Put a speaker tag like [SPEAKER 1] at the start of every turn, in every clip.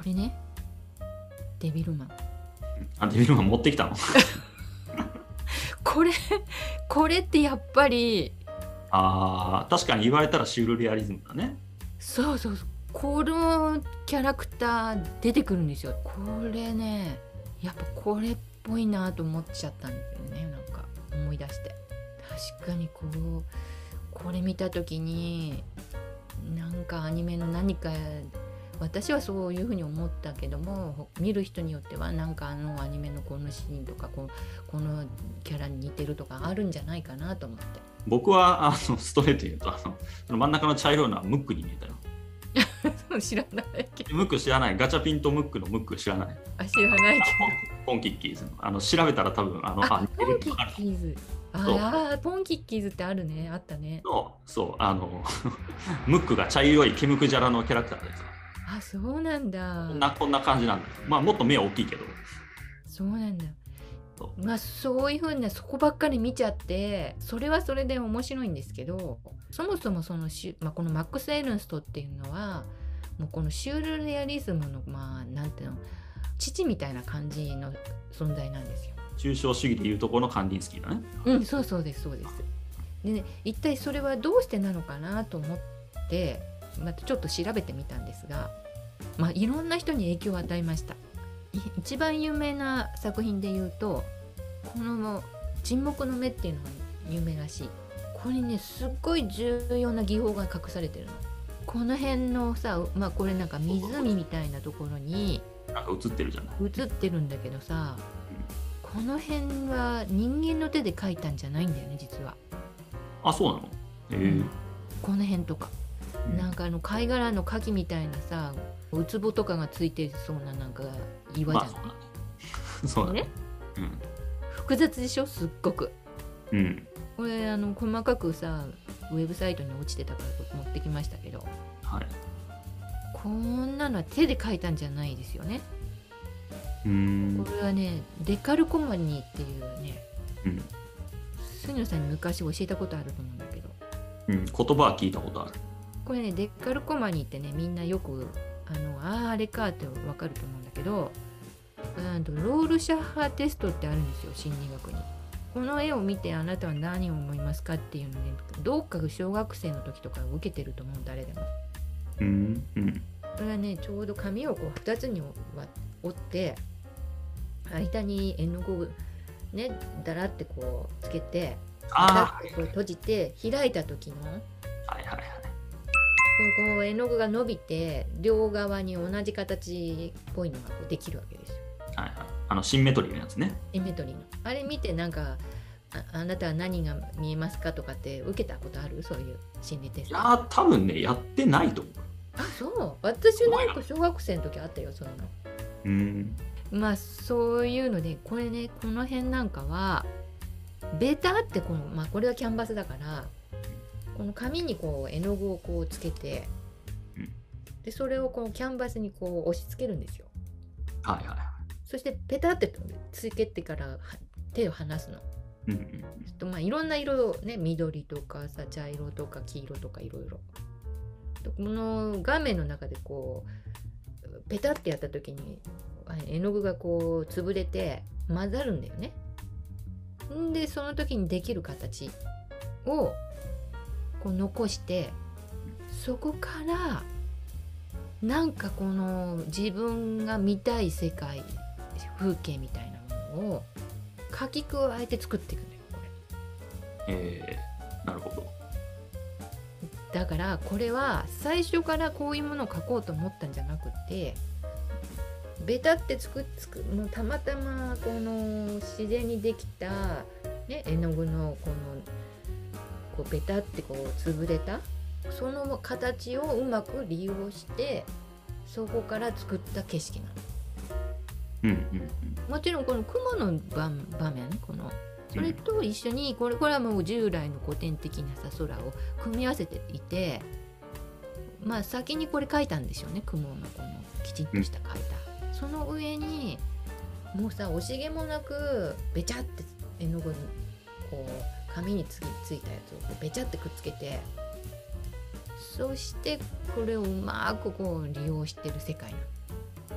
[SPEAKER 1] これね、デビルマン。
[SPEAKER 2] デビルマン持ってきたの？
[SPEAKER 1] これってやっぱり、
[SPEAKER 2] 確かに言われたらシュールレアリズムだね。
[SPEAKER 1] そうそうそう、このキャラクター出てくるんですよ。これね、やっぱこれっぽいなと思っちゃったんですよね。なんか思い出して、確かにこれ見た時になんかアニメの何か、私はそういうふうに思ったけども、見る人によってはなんかアニメのこのシーンとかこのキャラに似てるとかあるんじゃないかなと思って。
[SPEAKER 2] 僕はストレートに言うとその真ん中の茶色いのはムックに見えたよ。
[SPEAKER 1] 知らないけど。
[SPEAKER 2] ムック知らない？ガチャピンとムックのムック知らない？
[SPEAKER 1] 知らないけど。
[SPEAKER 2] ポンキッキーズの調べたら多分
[SPEAKER 1] ポンキッキーズ。ポンキッキーズってあるね、あったね。
[SPEAKER 2] そうムックが茶色いケムクジャラのキャラクターです。
[SPEAKER 1] そうなんだ。
[SPEAKER 2] こんな感じなんだ。まあもっと目は大きいけど。
[SPEAKER 1] そうなんだ。そういう風な、そこばっかり見ちゃって、それはそれで面白いんですけど、そもそもこのマックス・エルンストっていうのはもうこのシュールレアリズムのなんていうの、父みたいな感じの存在なんですよ。
[SPEAKER 2] 抽象主義でいうところのカンディンスキーだね。
[SPEAKER 1] そうです。でね、一体それはどうしてなのかなと思ってまたちょっと調べてみたんですが、いろんな人に影響を与えました。一番有名な作品で言うと、この沈黙の目っていうのが有名らしい。これね、すっごい重要な技法が隠されてるの。この辺のさ、これなんか湖みたいなところに
[SPEAKER 2] なんか映ってるじゃない。
[SPEAKER 1] 映ってるんだけどさ、この辺は人間の手で描いたんじゃないんだよね、実は。
[SPEAKER 2] そうなの？
[SPEAKER 1] この辺とか、なんか貝殻の牡蠣みたいなさ、ウツボとかがついてそうななんか岩じゃない？
[SPEAKER 2] そうだね。
[SPEAKER 1] 複雑でしょ、すっごく。これ細かくさ、ウェブサイトに落ちてたから持ってきましたけど、こんなのは手で描いたんじゃないですよね。これはね、デカルコマニーっていうね、杉野さんに昔教えたことあると思うんだけど、
[SPEAKER 2] 言葉は聞いたことある。
[SPEAKER 1] これね、デカルコマニーってね、みんなよくあれかって分かると思うんだけど、ロールシャッハテストってあるんですよ、心理学に。この絵を見てあなたは何を思いますかっていうのね、どっか小学生の時とか受けてると思う、誰でも。それはね、ちょうど紙を2つに折って、間に絵の具をね、だらってつけて、閉じて開いた時の、絵の具が伸びて両側に同じ形っぽいのができるわけですよ。
[SPEAKER 2] シンメトリーのやつね。
[SPEAKER 1] シンメトリーのあれ見て、なんか あなたは何が見えますかとかって受けたことある？そういう心理テスト。
[SPEAKER 2] 多分ね、やってないと思う。
[SPEAKER 1] そう、私なんか小学生の時あったよ、そういうの。そういうので、これね、この辺なんかはベタってこれはキャンバスだから、この紙に絵の具をつけて、でそれをキャンバスに押し付けるんですよ。そしてペタってつけてから手を離すの。いろんな色ね、緑とかさ、茶色とか黄色とかいろいろ。この画面の中でペタってやった時に絵の具が潰れて混ざるんだよね。でその時にできる形を残して、そこからなんか自分が見たい世界、風景みたいなものを書き加えて作っていくんだよ、これ。
[SPEAKER 2] なるほど。
[SPEAKER 1] だからこれは最初からこういうものを書こうと思ったんじゃなくて、ベタってもうたまたま自然にできた、ね、絵の具のベタって潰れたその形をうまく利用して、そこから作った景色なの。もちろんこの雲の場面、それと一緒にこれはもう従来の古典的なさ空を組み合わせていて、先にこれ描いたんでしょうね、雲のきちんとした描いた、その上にもうさ、惜しげもなくべちゃって絵の具紙についたやつをべちゃってくっつけて、そしてこれをうまく利用してる世界なの。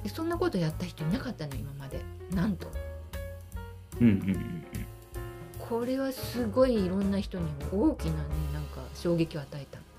[SPEAKER 1] でそんなことやった人いなかったの今まで、なんと。これはすごいいろんな人に大きなねなんか衝撃を与えた。